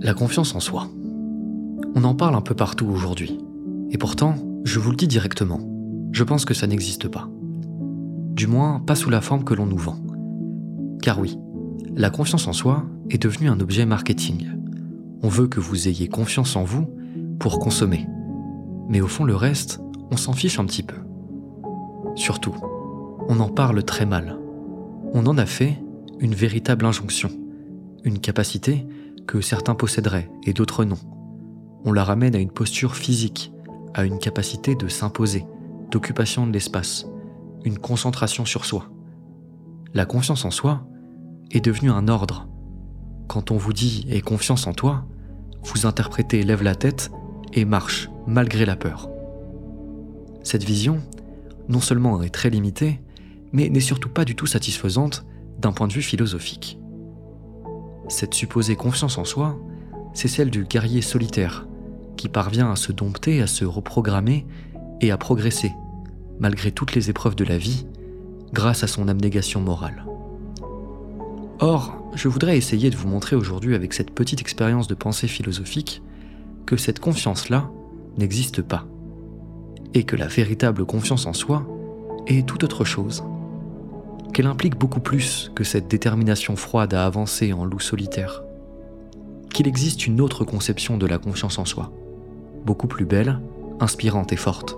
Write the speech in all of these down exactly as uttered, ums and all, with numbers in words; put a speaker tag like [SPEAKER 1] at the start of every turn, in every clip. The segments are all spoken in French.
[SPEAKER 1] La confiance en soi. On en parle un peu partout aujourd'hui. Et pourtant, je vous le dis directement, je pense que ça n'existe pas. Du moins, pas sous la forme que l'on nous vend. Car oui, la confiance en soi est devenue un objet marketing. On veut que vous ayez confiance en vous pour consommer. Mais au fond, le reste, on s'en fiche un petit peu. Surtout, on en parle très mal. On en a fait une véritable injonction, une capacité que certains posséderaient et d'autres non. On la ramène à une posture physique, à une capacité de s'imposer, d'occupation de l'espace, une concentration sur soi. La confiance en soi est devenue un ordre. Quand on vous dit « aie confiance en toi », vous interprétez « lève la tête » et marche, malgré la peur. Cette vision, non seulement est très limitée, mais n'est surtout pas du tout satisfaisante d'un point de vue philosophique. Cette supposée confiance en soi, c'est celle du guerrier solitaire, qui parvient à se dompter, à se reprogrammer et à progresser, malgré toutes les épreuves de la vie, grâce à son abnégation morale. Or, je voudrais essayer de vous montrer aujourd'hui avec cette petite expérience de pensée philosophique que cette confiance-là n'existe pas, et que la véritable confiance en soi est tout autre chose, qu'elle implique beaucoup plus que cette détermination froide à avancer en loup solitaire, qu'il existe une autre conception de la confiance en soi, beaucoup plus belle, inspirante et forte.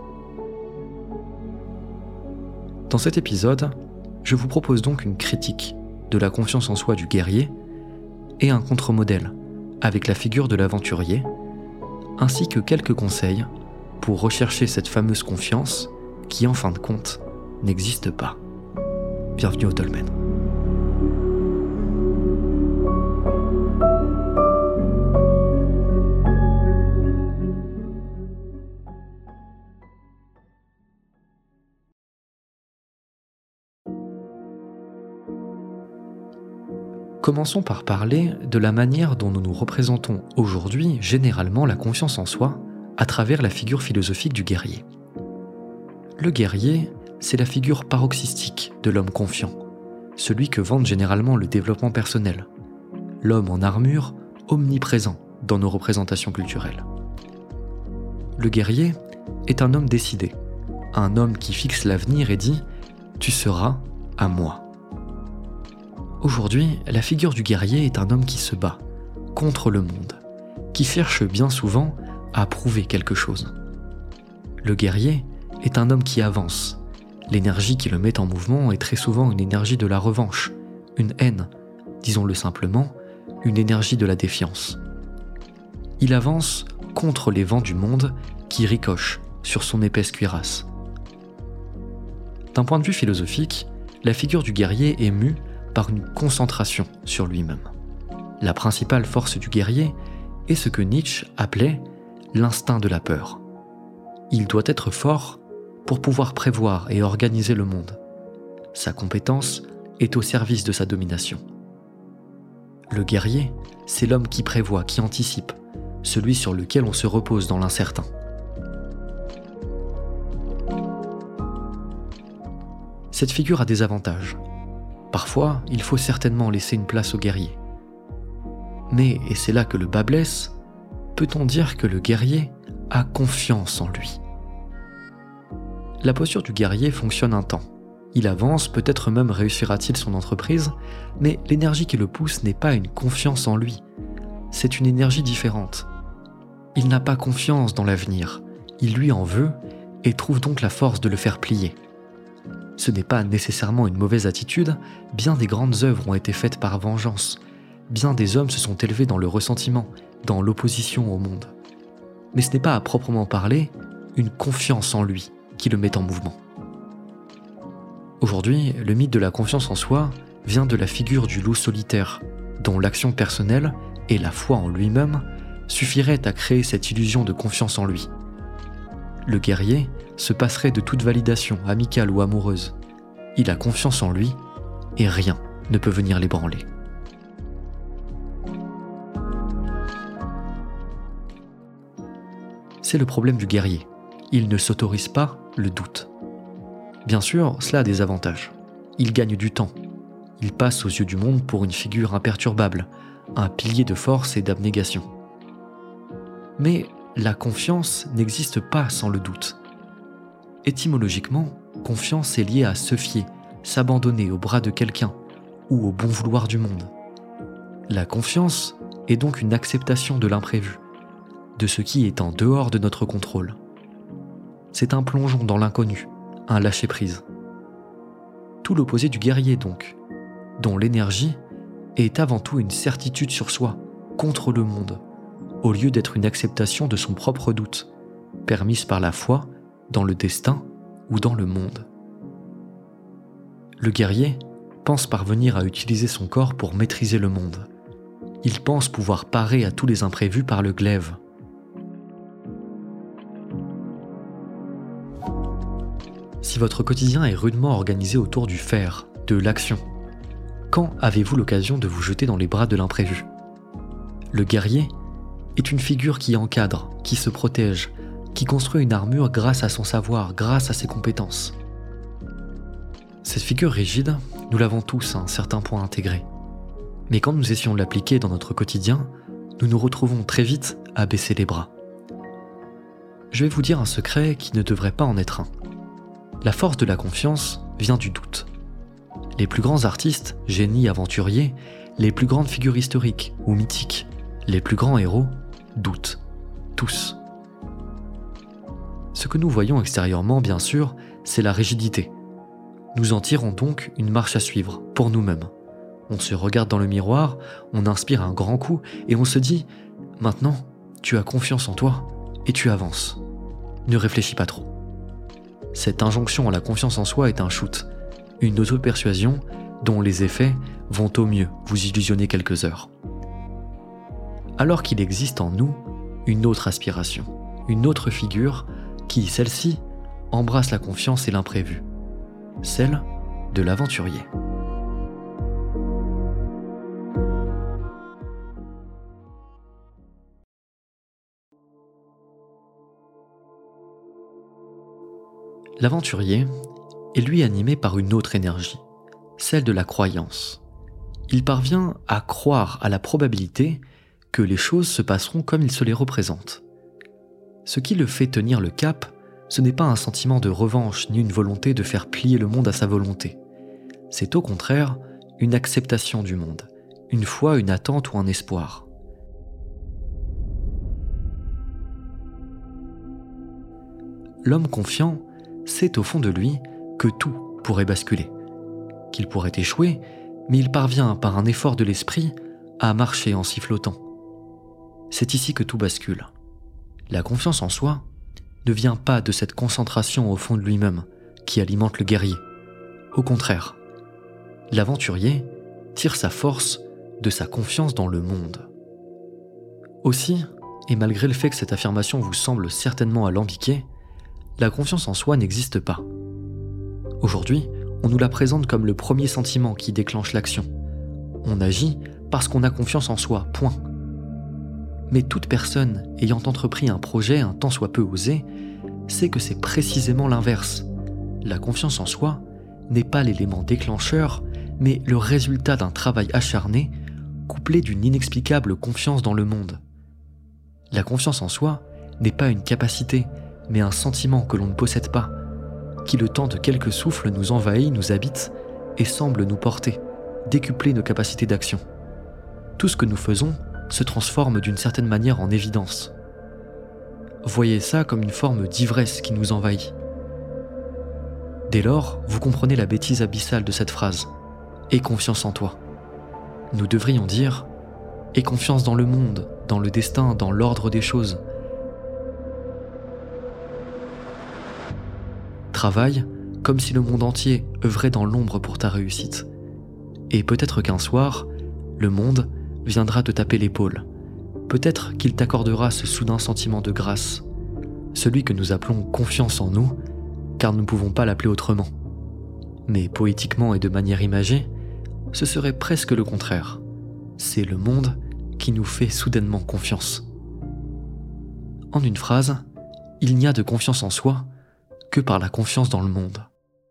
[SPEAKER 1] Dans cet épisode, je vous propose donc une critique de la confiance en soi du guerrier et un contre-modèle avec la figure de l'aventurier, ainsi que quelques conseils pour rechercher cette fameuse confiance qui, en fin de compte, n'existe pas. Bienvenue au Dolmen. Commençons par parler de la manière dont nous nous représentons aujourd'hui généralement la confiance en soi à travers la figure philosophique du guerrier. Le guerrier, c'est la figure paroxystique de l'homme confiant, celui que vante généralement le développement personnel, l'homme en armure omniprésent dans nos représentations culturelles. Le guerrier est un homme décidé, un homme qui fixe l'avenir et dit « tu seras à moi ». Aujourd'hui, la figure du guerrier est un homme qui se bat contre le monde, qui cherche bien souvent à prouver quelque chose. Le guerrier est un homme qui avance. L'énergie qui le met en mouvement est très souvent une énergie de la revanche, une haine, disons-le simplement, une énergie de la défiance. Il avance contre les vents du monde qui ricochent sur son épaisse cuirasse. D'un point de vue philosophique, la figure du guerrier est mue par une concentration sur lui-même. La principale force du guerrier est ce que Nietzsche appelait l'instinct de la peur. Il doit être fort pour pouvoir prévoir et organiser le monde. Sa compétence est au service de sa domination. Le guerrier, c'est l'homme qui prévoit, qui anticipe, celui sur lequel on se repose dans l'incertain. Cette figure a des avantages. Parfois, il faut certainement laisser une place au guerrier. Mais, et c'est là que le bât blesse, peut-on dire que le guerrier a confiance en lui ? La posture du guerrier fonctionne un temps. Il avance, peut-être même réussira-t-il son entreprise, mais l'énergie qui le pousse n'est pas une confiance en lui. C'est une énergie différente. Il n'a pas confiance dans l'avenir. Il lui en veut et trouve donc la force de le faire plier. Ce n'est pas nécessairement une mauvaise attitude, bien des grandes œuvres ont été faites par vengeance. Bien des hommes se sont élevés dans le ressentiment, dans l'opposition au monde. Mais ce n'est pas à proprement parler une confiance en lui qui le met en mouvement. Aujourd'hui, le mythe de la confiance en soi vient de la figure du loup solitaire, dont l'action personnelle et la foi en lui-même suffiraient à créer cette illusion de confiance en lui. Le guerrier se passerait de toute validation, amicale ou amoureuse. Il a confiance en lui et rien ne peut venir l'ébranler. C'est le problème du guerrier. Il ne s'autorise pas le doute. Bien sûr, cela a des avantages. Il gagne du temps. Il passe aux yeux du monde pour une figure imperturbable, un pilier de force et d'abnégation. Mais la confiance n'existe pas sans le doute. Étymologiquement, confiance est liée à se fier, s'abandonner aux bras de quelqu'un ou au bon vouloir du monde. La confiance est donc une acceptation de l'imprévu, de ce qui est en dehors de notre contrôle. C'est un plongeon dans l'inconnu, un lâcher-prise. Tout l'opposé du guerrier donc, dont l'énergie est avant tout une certitude sur soi, contre le monde, au lieu d'être une acceptation de son propre doute, permise par la foi dans le destin ou dans le monde. Le guerrier pense parvenir à utiliser son corps pour maîtriser le monde. Il pense pouvoir parer à tous les imprévus par le glaive. Si votre quotidien est rudement organisé autour du faire, de l'action, quand avez-vous l'occasion de vous jeter dans les bras de l'imprévu ? Le guerrier est une figure qui encadre, qui se protège, qui construit une armure grâce à son savoir, grâce à ses compétences. Cette figure rigide, nous l'avons tous à un certain point intégrée. Mais quand nous essayons de l'appliquer dans notre quotidien, nous nous retrouvons très vite à baisser les bras. Je vais vous dire un secret qui ne devrait pas en être un. La force de la confiance vient du doute. Les plus grands artistes, génies, aventuriers, les plus grandes figures historiques ou mythiques, les plus grands héros, doutent. Tous. Ce que nous voyons extérieurement, bien sûr, c'est la rigidité. Nous en tirons donc une marche à suivre, pour nous-mêmes. On se regarde dans le miroir, on inspire un grand coup et on se dit « Maintenant, tu as confiance en toi et tu avances. Ne réfléchis pas trop. » Cette injonction à la confiance en soi est un shoot, une auto-persuasion dont les effets vont au mieux vous illusionner quelques heures. Alors qu'il existe en nous une autre aspiration, une autre figure qui, celle-ci, embrasse la confiance et l'imprévu, celle de l'aventurier. L'aventurier est lui animé par une autre énergie, celle de la croyance. Il parvient à croire à la probabilité que les choses se passeront comme il se les représente. Ce qui le fait tenir le cap, ce n'est pas un sentiment de revanche ni une volonté de faire plier le monde à sa volonté. C'est au contraire une acceptation du monde, une foi, une attente ou un espoir. L'homme confiant sait au fond de lui que tout pourrait basculer, qu'il pourrait échouer, mais il parvient par un effort de l'esprit à marcher en sifflotant. C'est ici que tout bascule. La confiance en soi ne vient pas de cette concentration au fond de lui-même qui alimente le guerrier. Au contraire, l'aventurier tire sa force de sa confiance dans le monde. Aussi, et malgré le fait que cette affirmation vous semble certainement alambiquée, la confiance en soi n'existe pas. Aujourd'hui, on nous la présente comme le premier sentiment qui déclenche l'action. On agit parce qu'on a confiance en soi, point. Mais toute personne ayant entrepris un projet un tant soit peu osé sait que c'est précisément l'inverse. La confiance en soi n'est pas l'élément déclencheur, mais le résultat d'un travail acharné couplé d'une inexplicable confiance dans le monde. La confiance en soi n'est pas une capacité, mais un sentiment que l'on ne possède pas, qui le temps de quelques souffles nous envahit, nous habite et semble nous porter, décupler nos capacités d'action. Tout ce que nous faisons se transforme d'une certaine manière en évidence. Voyez ça comme une forme d'ivresse qui nous envahit. Dès lors, vous comprenez la bêtise abyssale de cette phrase. « Aie confiance en toi ». Nous devrions dire « Aie confiance dans le monde, dans le destin, dans l'ordre des choses ». Travaille comme si le monde entier œuvrait dans l'ombre pour ta réussite. Et peut-être qu'un soir, le monde viendra te taper l'épaule. Peut-être qu'il t'accordera ce soudain sentiment de grâce, celui que nous appelons confiance en nous, car nous ne pouvons pas l'appeler autrement. Mais poétiquement et de manière imagée, ce serait presque le contraire. C'est le monde qui nous fait soudainement confiance. En une phrase, il n'y a de confiance en soi que par la confiance dans le monde.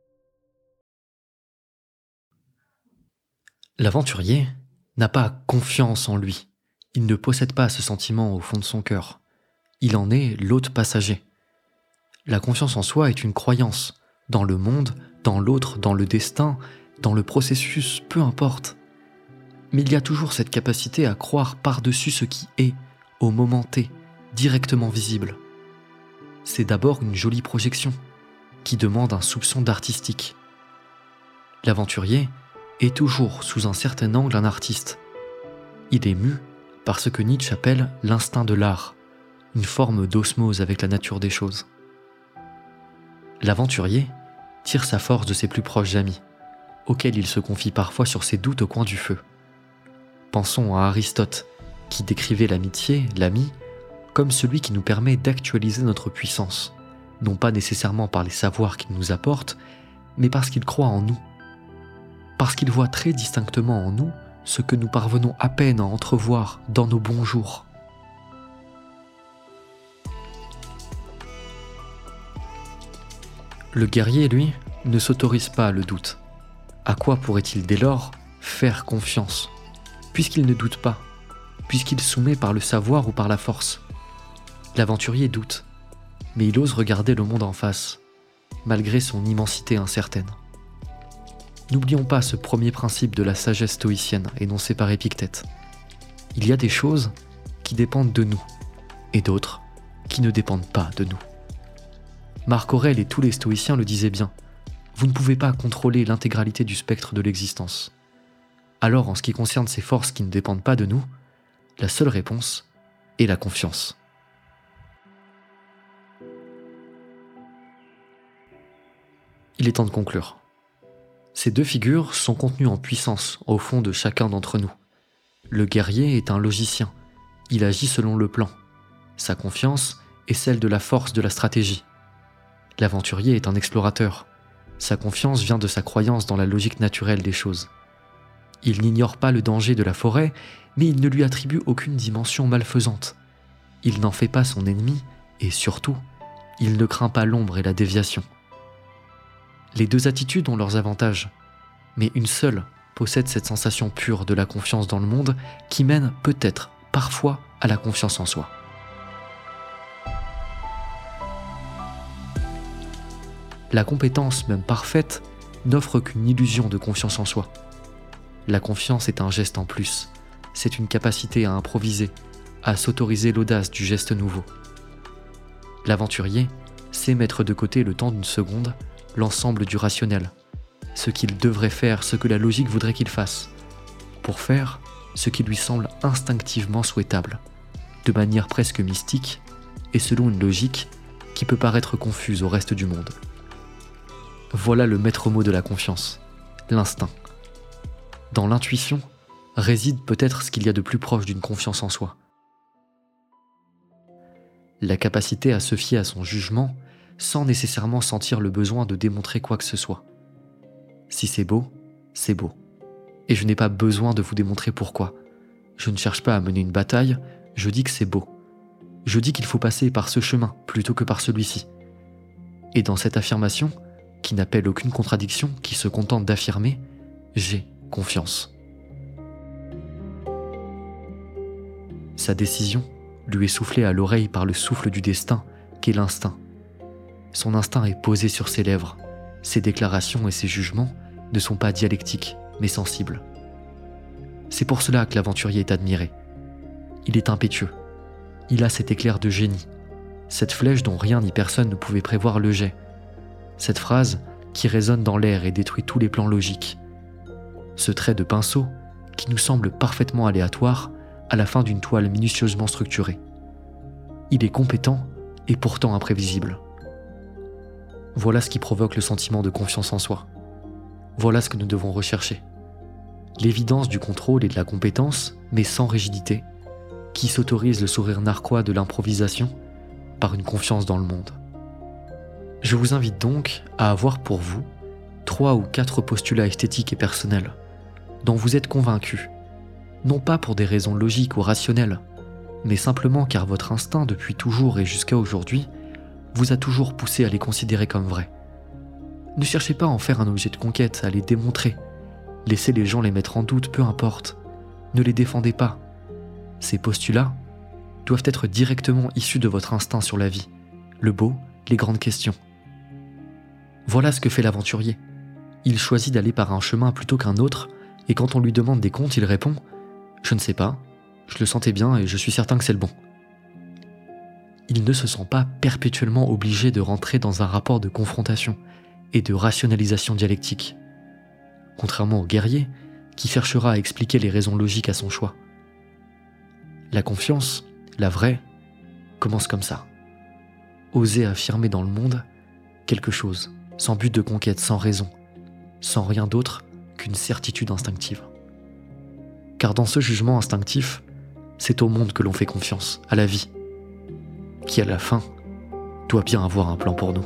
[SPEAKER 1] L'aventurier n'a pas confiance en lui. Il ne possède pas ce sentiment au fond de son cœur. il en est l'hôte passager. La confiance en soi est une croyance, dans le monde, dans l'autre, dans le destin, dans le processus, peu importe. Mais il y a toujours cette capacité à croire par-dessus ce qui est, au moment T, directement visible. C'est d'abord une jolie projection, qui demande un soupçon d'artistique. L'aventurier est toujours sous un certain angle un artiste. Il est mu par ce que Nietzsche appelle l'instinct de l'art, une forme d'osmose avec la nature des choses. L'aventurier tire sa force de ses plus proches amis, auxquels il se confie parfois sur ses doutes au coin du feu. Pensons à Aristote, qui décrivait l'amitié, l'ami, comme celui qui nous permet d'actualiser notre puissance, non pas nécessairement par les savoirs qu'il nous apporte, mais parce qu'il croit en nous. Parce qu'il voit très distinctement en nous ce que nous parvenons à peine à entrevoir dans nos bons jours. Le guerrier, lui, ne s'autorise pas le doute. À quoi pourrait-il dès lors faire confiance, puisqu'il ne doute pas, puisqu'il soumet par le savoir ou par la force? L'aventurier doute, mais il ose regarder le monde en face, malgré son immensité incertaine. N'oublions pas ce premier principe de la sagesse stoïcienne énoncé par Épictète. Il y a des choses qui dépendent de nous, et d'autres qui ne dépendent pas de nous. Marc Aurèle et tous les stoïciens le disaient bien, vous ne pouvez pas contrôler l'intégralité du spectre de l'existence. Alors, en ce qui concerne ces forces qui ne dépendent pas de nous, la seule réponse est la confiance. Il est temps de conclure. Ces deux figures sont contenues en puissance au fond de chacun d'entre nous. Le guerrier est un logicien, il agit selon le plan. Sa confiance est celle de la force de la stratégie. L'aventurier est un explorateur. Sa confiance vient de sa croyance dans la logique naturelle des choses. Il n'ignore pas le danger de la forêt, mais il ne lui attribue aucune dimension malfaisante. Il n'en fait pas son ennemi, et surtout, il ne craint pas l'ombre et la déviation. Les deux attitudes ont leurs avantages, mais une seule possède cette sensation pure de la confiance dans le monde qui mène peut-être, parfois, à la confiance en soi. La compétence, même parfaite, n'offre qu'une illusion de confiance en soi. La confiance est un geste en plus, c'est une capacité à improviser, à s'autoriser l'audace du geste nouveau. L'aventurier sait mettre de côté le temps d'une seconde l'ensemble du rationnel, ce qu'il devrait faire, ce que la logique voudrait qu'il fasse, pour faire ce qui lui semble instinctivement souhaitable, de manière presque mystique et selon une logique qui peut paraître confuse au reste du monde. Voilà le maître mot de la confiance, l'instinct. Dans l'intuition réside peut-être ce qu'il y a de plus proche d'une confiance en soi. La capacité à se fier à son jugement sans nécessairement sentir le besoin de démontrer quoi que ce soit. Si c'est beau, c'est beau. Et je n'ai pas besoin de vous démontrer pourquoi. Je ne cherche pas à mener une bataille, je dis que c'est beau. Je dis qu'il faut passer par ce chemin plutôt que par celui-ci. Et dans cette affirmation, qui n'appelle aucune contradiction, qui se contente d'affirmer « j'ai confiance ». Sa décision lui est soufflée à l'oreille par le souffle du destin, qu'est l'instinct. Son instinct est posé sur ses lèvres. Ses déclarations et ses jugements ne sont pas dialectiques, mais sensibles. C'est pour cela que l'aventurier est admiré. Il est impétueux. Il a cet éclair de génie, cette flèche dont rien ni personne ne pouvait prévoir le jet. Cette phrase qui résonne dans l'air et détruit tous les plans logiques. Ce trait de pinceau qui nous semble parfaitement aléatoire à la fin d'une toile minutieusement structurée. Il est compétent et pourtant imprévisible. Voilà ce qui provoque le sentiment de confiance en soi. Voilà ce que nous devons rechercher. L'évidence du contrôle et de la compétence, mais sans rigidité, qui s'autorise le sourire narquois de l'improvisation par une confiance dans le monde. Je vous invite donc à avoir pour vous trois ou quatre postulats esthétiques et personnels dont vous êtes convaincu, non pas pour des raisons logiques ou rationnelles, mais simplement car votre instinct depuis toujours et jusqu'à aujourd'hui vous a toujours poussé à les considérer comme vrais. Ne cherchez pas à en faire un objet de conquête, à les démontrer. Laissez les gens les mettre en doute, peu importe. Ne les défendez pas. Ces postulats, doivent être directement issus de votre instinct sur la vie, le beau, les grandes questions. Voilà ce que fait l'aventurier. Il choisit d'aller par un chemin plutôt qu'un autre, et quand on lui demande des comptes, il répond « Je ne sais pas, je le sentais bien et je suis certain que c'est le bon ». Il ne se sent pas perpétuellement obligé de rentrer dans un rapport de confrontation et de rationalisation dialectique, contrairement au guerrier qui cherchera à expliquer les raisons logiques à son choix. La confiance, la vraie, commence comme ça. Oser affirmer dans le monde quelque chose, sans but de conquête, sans raison, sans rien d'autre qu'une certitude instinctive. Car dans ce jugement instinctif, c'est au monde que l'on fait confiance, à la vie, qui à la fin doit bien avoir un plan pour nous.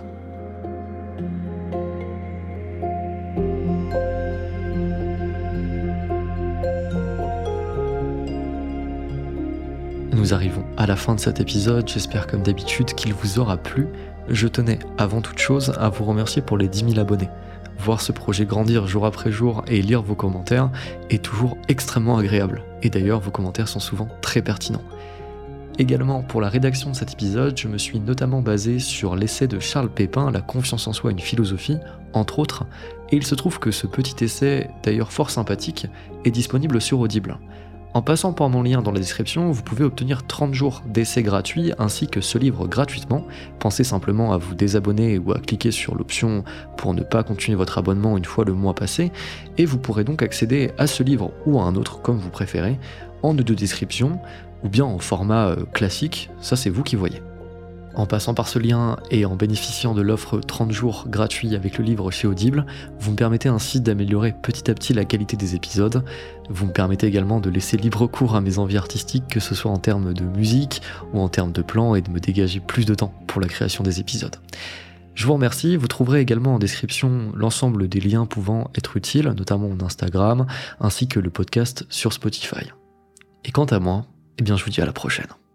[SPEAKER 1] Nous arrivons à la fin de cet épisode, j'espère comme d'habitude qu'il vous aura plu. Je tenais avant toute chose à vous remercier pour les dix mille abonnés. Voir ce projet grandir jour après jour et lire vos commentaires est toujours extrêmement agréable. Et d'ailleurs, vos commentaires sont souvent très pertinents. Également, pour la rédaction de cet épisode, je me suis notamment basé sur l'essai de Charles Pépin, La confiance en soi, une philosophie, entre autres, et il se trouve que ce petit essai, d'ailleurs fort sympathique, est disponible sur Audible. En passant par mon lien dans la description, vous pouvez obtenir trente jours d'essai gratuit ainsi que ce livre gratuitement. Pensez simplement à vous désabonner ou à cliquer sur l'option pour ne pas continuer votre abonnement une fois le mois passé, et vous pourrez donc accéder à ce livre ou à un autre comme vous préférez, en deux de description ou bien en format euh, classique, ça c'est vous qui voyez. En passant par ce lien et en bénéficiant de l'offre trente jours gratuit avec le livre chez Audible, vous me permettez ainsi d'améliorer petit à petit la qualité des épisodes. Vous me permettez également de laisser libre cours à mes envies artistiques, que ce soit en termes de musique ou en termes de plans, et de me dégager plus de temps pour la création des épisodes. Je vous remercie, vous trouverez également en description l'ensemble des liens pouvant être utiles, notamment mon Instagram, ainsi que le podcast sur Spotify. Et quant à moi, eh bien je vous dis à la prochaine.